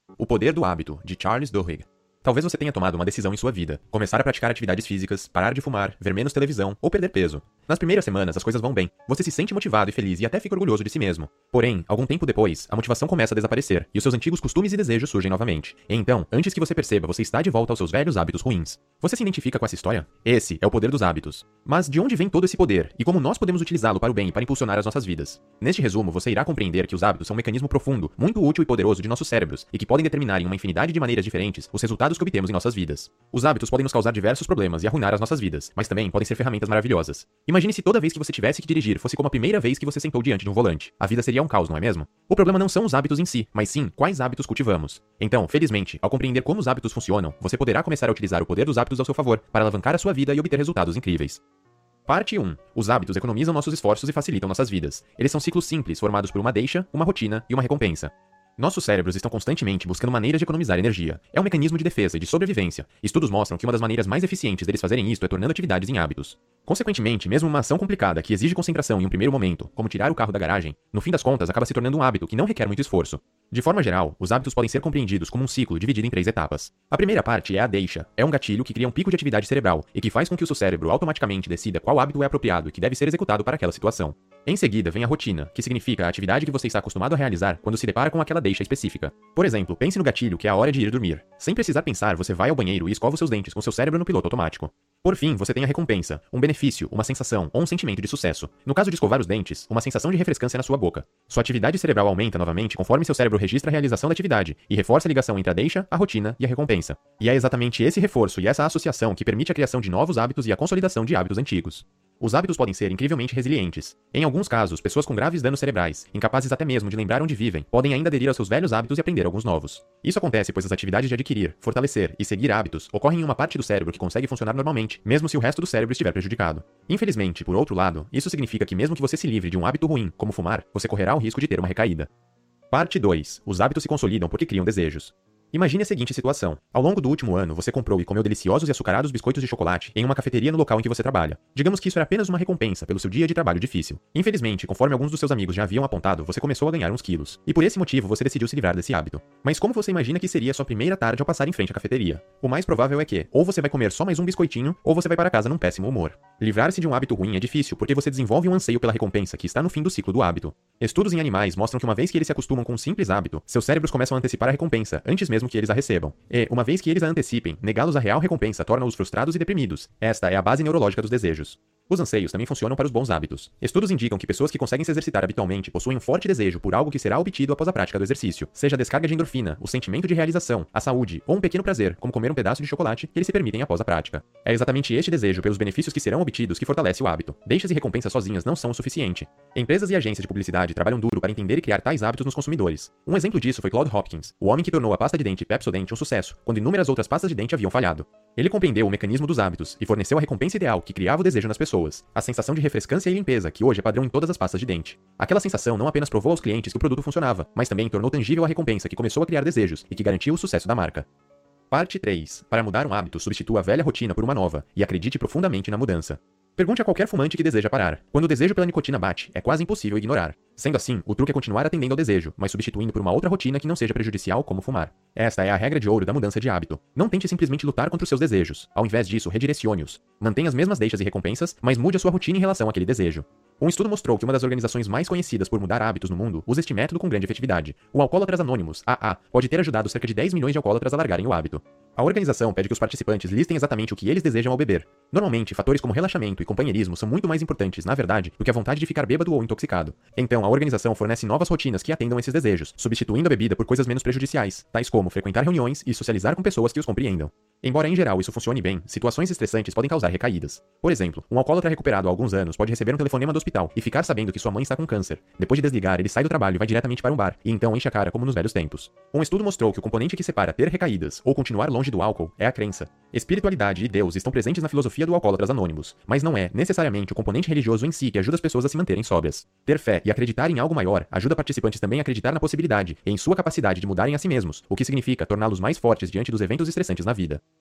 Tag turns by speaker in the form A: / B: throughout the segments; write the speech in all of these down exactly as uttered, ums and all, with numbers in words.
A: O Poder do Hábito, de Charles Duhigg. Talvez você tenha tomado uma decisão em sua vida, começar a praticar atividades físicas, parar de fumar, ver menos televisão ou perder peso. Nas primeiras semanas as coisas vão bem, você se sente motivado e feliz e até fica orgulhoso de si mesmo. Porém, algum tempo depois, a motivação começa a desaparecer e os seus antigos costumes e desejos surgem novamente. E então, antes que você perceba, você está de volta aos seus velhos hábitos ruins. Você se identifica com essa história? Esse é o poder dos hábitos. Mas de onde vem todo esse poder e como nós podemos utilizá-lo para o bem e para impulsionar as nossas vidas? Neste resumo, você irá compreender que os hábitos são um mecanismo profundo, muito útil e poderoso de nossos cérebros e que podem determinar em uma infinidade de maneiras diferentes os resultados que obtemos em nossas vidas. Os hábitos podem nos causar diversos problemas e arruinar as nossas vidas, mas também podem ser ferramentas maravilhosas. Imagine se toda vez que você tivesse que dirigir fosse como a primeira vez que você sentou diante de um volante. A vida seria um caos, não é mesmo? O problema não são os hábitos em si, mas sim quais hábitos cultivamos. Então, felizmente, ao compreender como os hábitos funcionam, você poderá começar a utilizar o poder dos hábitos ao seu favor para alavancar a sua vida e obter resultados incríveis. Parte um. Os hábitos economizam nossos esforços e facilitam nossas vidas. Eles são ciclos simples, formados por uma deixa, uma rotina e uma recompensa. Nossos cérebros estão constantemente buscando maneiras de economizar energia. É um mecanismo de defesa e de sobrevivência. Estudos mostram que uma das maneiras mais eficientes deles fazerem isto é tornando atividades em hábitos. Consequentemente, mesmo uma ação complicada que exige concentração em um primeiro momento, como tirar o carro da garagem, no fim das contas acaba se tornando um hábito que não requer muito esforço. De forma geral, os hábitos podem ser compreendidos como um ciclo dividido em três etapas. A primeira parte é a deixa. É um gatilho que cria um pico de atividade cerebral e que faz com que o seu cérebro automaticamente decida qual hábito é apropriado e que deve ser executado para aquela situação. Em seguida, vem a rotina, que significa a atividade que você está acostumado a realizar quando se depara com aquela deixa específica. Por exemplo, pense no gatilho que é a hora de ir dormir. Sem precisar pensar, você vai ao banheiro e escova os seus dentes com seu cérebro no piloto automático. Por fim, você tem a recompensa, um benefício, uma sensação ou um sentimento de sucesso. No caso de escovar os dentes, uma sensação de refrescância na sua boca. Sua atividade cerebral aumenta novamente conforme seu cérebro registra a realização da atividade e reforça a ligação entre a deixa, a rotina e a recompensa. E é exatamente esse reforço e essa associação que permite a criação de novos hábitos e a consolidação de hábitos antigos. Os hábitos podem ser incrivelmente resilientes. Em alguns casos, pessoas com graves danos cerebrais, incapazes até mesmo de lembrar onde vivem, podem ainda aderir aos seus velhos hábitos e aprender alguns novos. Isso acontece pois as atividades de adquirir, fortalecer e seguir hábitos ocorrem em uma parte do cérebro que consegue funcionar normalmente, mesmo se o resto do cérebro estiver prejudicado. Infelizmente, por outro lado, isso significa que mesmo que você se livre de um hábito ruim, como fumar, você correrá o risco de ter uma recaída. Parte dois. Os hábitos se consolidam porque criam desejos. Imagine a seguinte situação. Ao longo do último ano, você comprou e comeu deliciosos e açucarados biscoitos de chocolate em uma cafeteria no local em que você trabalha. Digamos que isso era apenas uma recompensa pelo seu dia de trabalho difícil. Infelizmente, conforme alguns dos seus amigos já haviam apontado, você começou a ganhar uns quilos. E por esse motivo, você decidiu se livrar desse hábito. Mas como você imagina que seria a sua primeira tarde ao passar em frente à cafeteria? O mais provável é que, ou você vai comer só mais um biscoitinho, ou você vai para casa num péssimo humor. Livrar-se de um hábito ruim é difícil porque você desenvolve um anseio pela recompensa que está no fim do ciclo do hábito. Estudos em animais mostram que uma vez que eles se acostumam com um simples hábito, seus cérebros começam a antecipar a recompensa antes mesmo que eles a recebam. E, uma vez que eles a antecipem, negá-los a real recompensa torna-os frustrados e deprimidos. Esta é a base neurológica dos desejos. Os anseios também funcionam para os bons hábitos. Estudos indicam que pessoas que conseguem se exercitar habitualmente possuem um forte desejo por algo que será obtido após a prática do exercício, seja a descarga de endorfina, o sentimento de realização, a saúde ou um pequeno prazer, como comer um pedaço de chocolate, que eles se permitem após a prática. É exatamente este desejo pelos benefícios que serão obtidos que fortalece o hábito. Deixas e recompensas sozinhas não são o suficiente. Empresas e agências de publicidade trabalham duro para entender e criar tais hábitos nos consumidores. Um exemplo disso foi Claude Hopkins, o homem que tornou a pasta de dente Pepsodent um sucesso, quando inúmeras outras pastas de dente haviam falhado. Ele compreendeu o mecanismo dos hábitos e forneceu a recompensa ideal que criava o desejo nas pessoas, a sensação de refrescância e limpeza que hoje é padrão em todas as pastas de dente. Aquela sensação não apenas provou aos clientes que o produto funcionava, mas também tornou tangível a recompensa que começou a criar desejos e que garantiu o sucesso da marca. Parte três. Para mudar um hábito, substitua a velha rotina por uma nova e acredite profundamente na mudança. Pergunte a qualquer fumante que deseja parar. Quando o desejo pela nicotina bate, é quase impossível ignorar. Sendo assim, o truque é continuar atendendo ao desejo, mas substituindo por uma outra rotina que não seja prejudicial, como fumar. Esta é a regra de ouro da mudança de hábito. Não tente simplesmente lutar contra os seus desejos. Ao invés disso, redirecione-os. Mantenha as mesmas deixas e recompensas, mas mude a sua rotina em relação àquele desejo. Um estudo mostrou que uma das organizações mais conhecidas por mudar hábitos no mundo usa este método com grande efetividade. O Alcoólatras Anônimos, A A, pode ter ajudado cerca de dez milhões de alcoólatras a largarem o hábito. A organização pede que os participantes listem exatamente o que eles desejam ao beber. Normalmente, fatores como relaxamento e companheirismo são muito mais importantes, na verdade, do que a vontade de ficar bêbado ou intoxicado. Então, a organização fornece novas rotinas que atendam esses desejos, substituindo a bebida por coisas menos prejudiciais, tais como frequentar reuniões e socializar com pessoas que os compreendam. Embora em geral isso funcione bem, situações estressantes podem causar recaídas. Por exemplo, um alcoólatra recuperado há alguns anos pode receber um telefonema do hospital e ficar sabendo que sua mãe está com câncer. Depois de desligar, ele sai do trabalho e vai diretamente para um bar, e então enche a cara como nos velhos tempos. Um estudo mostrou que o componente que separa ter recaídas ou continuar longe do álcool é a crença. Espiritualidade e Deus estão presentes na filosofia do Alcoólatras Anônimos, mas não é necessariamente o componente religioso em si que ajuda as pessoas a se manterem sóbrias. Ter fé e acreditar em algo maior ajuda participantes também a acreditar na possibilidade e em sua capacidade de mudarem a si mesmos, o que significa torná-los mais fortes diante dos eventos estressantes na vida.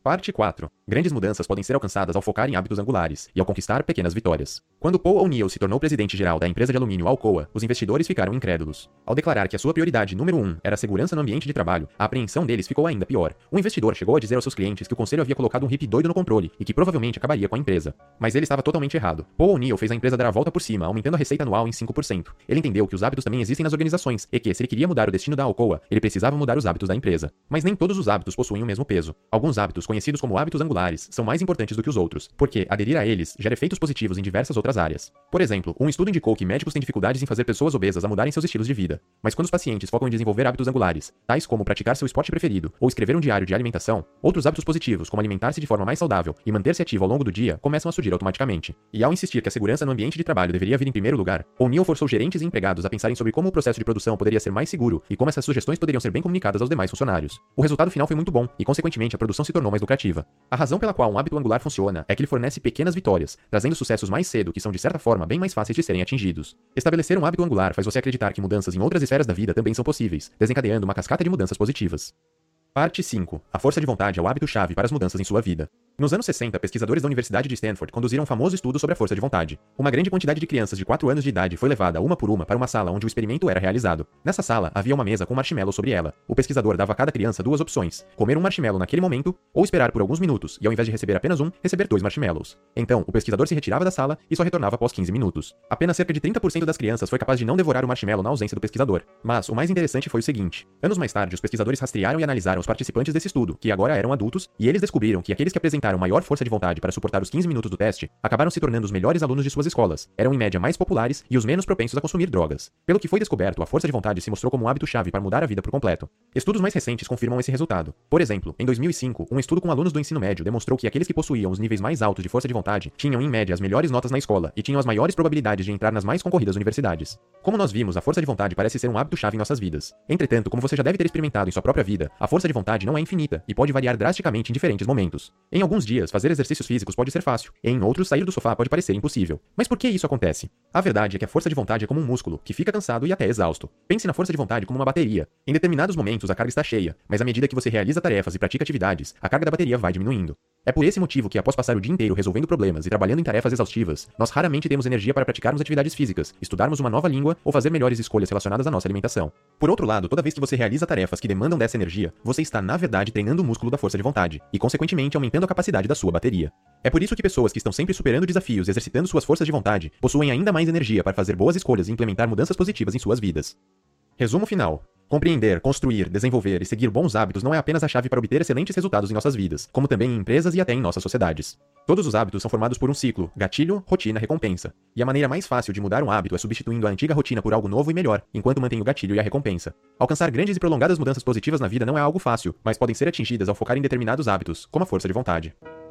A: Parte quatro. Grandes mudanças podem ser alcançadas ao focar em hábitos angulares e ao conquistar pequenas vitórias. Quando Paul O'Neill se tornou presidente-geral da empresa de alumínio Alcoa, os investidores ficaram incrédulos. Ao declarar que a sua prioridade número um era a segurança no ambiente de trabalho, a apreensão deles ficou ainda pior. O investidor chegou a dizer aos seus clientes que o conselho havia colocado um hippie doido no controle e que provavelmente acabaria com a empresa. Mas ele estava totalmente errado. Paul O'Neill fez a empresa dar a volta por cima, aumentando a receita anual em cinco por cento. Ele entendeu que os hábitos também existem nas organizações e que, se ele queria mudar o destino da Alcoa, ele precisava mudar os hábitos da empresa. Mas nem todos os hábitos possuem o mesmo peso. Alguns hábitos, conhecidos como hábitos angulares, são mais importantes do que os outros, porque aderir a eles gera efeitos positivos em diversas outras áreas. Por exemplo, um estudo indicou que médicos têm dificuldades em fazer pessoas obesas a mudarem seus estilos de vida. Mas quando os pacientes focam em desenvolver hábitos angulares, tais como praticar seu esporte preferido ou escrever um diário de alimentação, outros hábitos positivos, como alimentar-se de forma mais saudável e manter-se ativo ao longo do dia, começam a surgir automaticamente. E ao insistir que a segurança no ambiente de trabalho deveria vir em primeiro lugar, O'Neill forçou gerentes e empregados a pensarem sobre como o processo de produção poderia ser mais seguro e como essas sugestões poderiam ser bem comunicadas aos demais funcionários. O resultado final foi muito bom e, consequentemente, a produção se tornou mais lucrativa. A razão pela qual um hábito angular funciona é que ele fornece pequenas vitórias, trazendo sucessos mais cedo que são de certa forma bem mais fáceis de serem atingidos. Estabelecer um hábito angular faz você acreditar que mudanças em outras esferas da vida também são possíveis, desencadeando uma cascata de mudanças positivas. Parte cinco. A força de vontade é o hábito-chave para as mudanças em sua vida. Nos anos sessenta, pesquisadores da Universidade de Stanford conduziram um famoso estudo sobre a força de vontade. Uma grande quantidade de crianças de quatro anos de idade foi levada uma por uma para uma sala onde o experimento era realizado. Nessa sala, havia uma mesa com marshmallow sobre ela. O pesquisador dava a cada criança duas opções: comer um marshmallow naquele momento ou esperar por alguns minutos e, ao invés de receber apenas um, receber dois marshmallows. Então, o pesquisador se retirava da sala e só retornava após quinze minutos. Apenas cerca de trinta por cento das crianças foi capaz de não devorar o marshmallow na ausência do pesquisador. Mas o mais interessante foi o seguinte: anos mais tarde, os pesquisadores rastrearam e analisaram os participantes desse estudo, que agora eram adultos, e eles descobriram que aqueles que apresentaram maior força de vontade para suportar os quinze minutos do teste, acabaram se tornando os melhores alunos de suas escolas, eram em média mais populares e os menos propensos a consumir drogas. Pelo que foi descoberto, a força de vontade se mostrou como um hábito-chave para mudar a vida por completo. Estudos mais recentes confirmam esse resultado. Por exemplo, em dois mil e cinco, um estudo com alunos do ensino médio demonstrou que aqueles que possuíam os níveis mais altos de força de vontade tinham em média as melhores notas na escola e tinham as maiores probabilidades de entrar nas mais concorridas universidades. Como nós vimos, a força de vontade parece ser um hábito-chave em nossas vidas. Entretanto, como você já deve ter experimentado em sua própria vida, a força de vontade não é infinita e pode variar drasticamente em diferentes momentos. Em alguns dias, fazer exercícios físicos pode ser fácil, e em outros, sair do sofá pode parecer impossível. Mas por que isso acontece? A verdade é que a força de vontade é como um músculo, que fica cansado e até exausto. Pense na força de vontade como uma bateria. Em determinados momentos, a carga está cheia, mas à medida que você realiza tarefas e pratica atividades, a carga da bateria vai diminuindo. É por esse motivo que, após passar o dia inteiro resolvendo problemas e trabalhando em tarefas exaustivas, nós raramente temos energia para praticarmos atividades físicas, estudarmos uma nova língua ou fazer melhores escolhas relacionadas à nossa alimentação. Por outro lado, toda vez que você realiza tarefas que demandam dessa energia, você está, na verdade, treinando o músculo da força de vontade e, consequentemente, aumentando a capacidade da sua bateria. É por isso que pessoas que estão sempre superando desafios e exercitando suas forças de vontade possuem ainda mais energia para fazer boas escolhas e implementar mudanças positivas em suas vidas. Resumo final. Compreender, construir, desenvolver e seguir bons hábitos não é apenas a chave para obter excelentes resultados em nossas vidas, como também em empresas e até em nossas sociedades. Todos os hábitos são formados por um ciclo: gatilho, rotina, recompensa. E a maneira mais fácil de mudar um hábito é substituindo a antiga rotina por algo novo e melhor, enquanto mantém o gatilho e a recompensa. Alcançar grandes e prolongadas mudanças positivas na vida não é algo fácil, mas podem ser atingidas ao focar em determinados hábitos, como a força de vontade.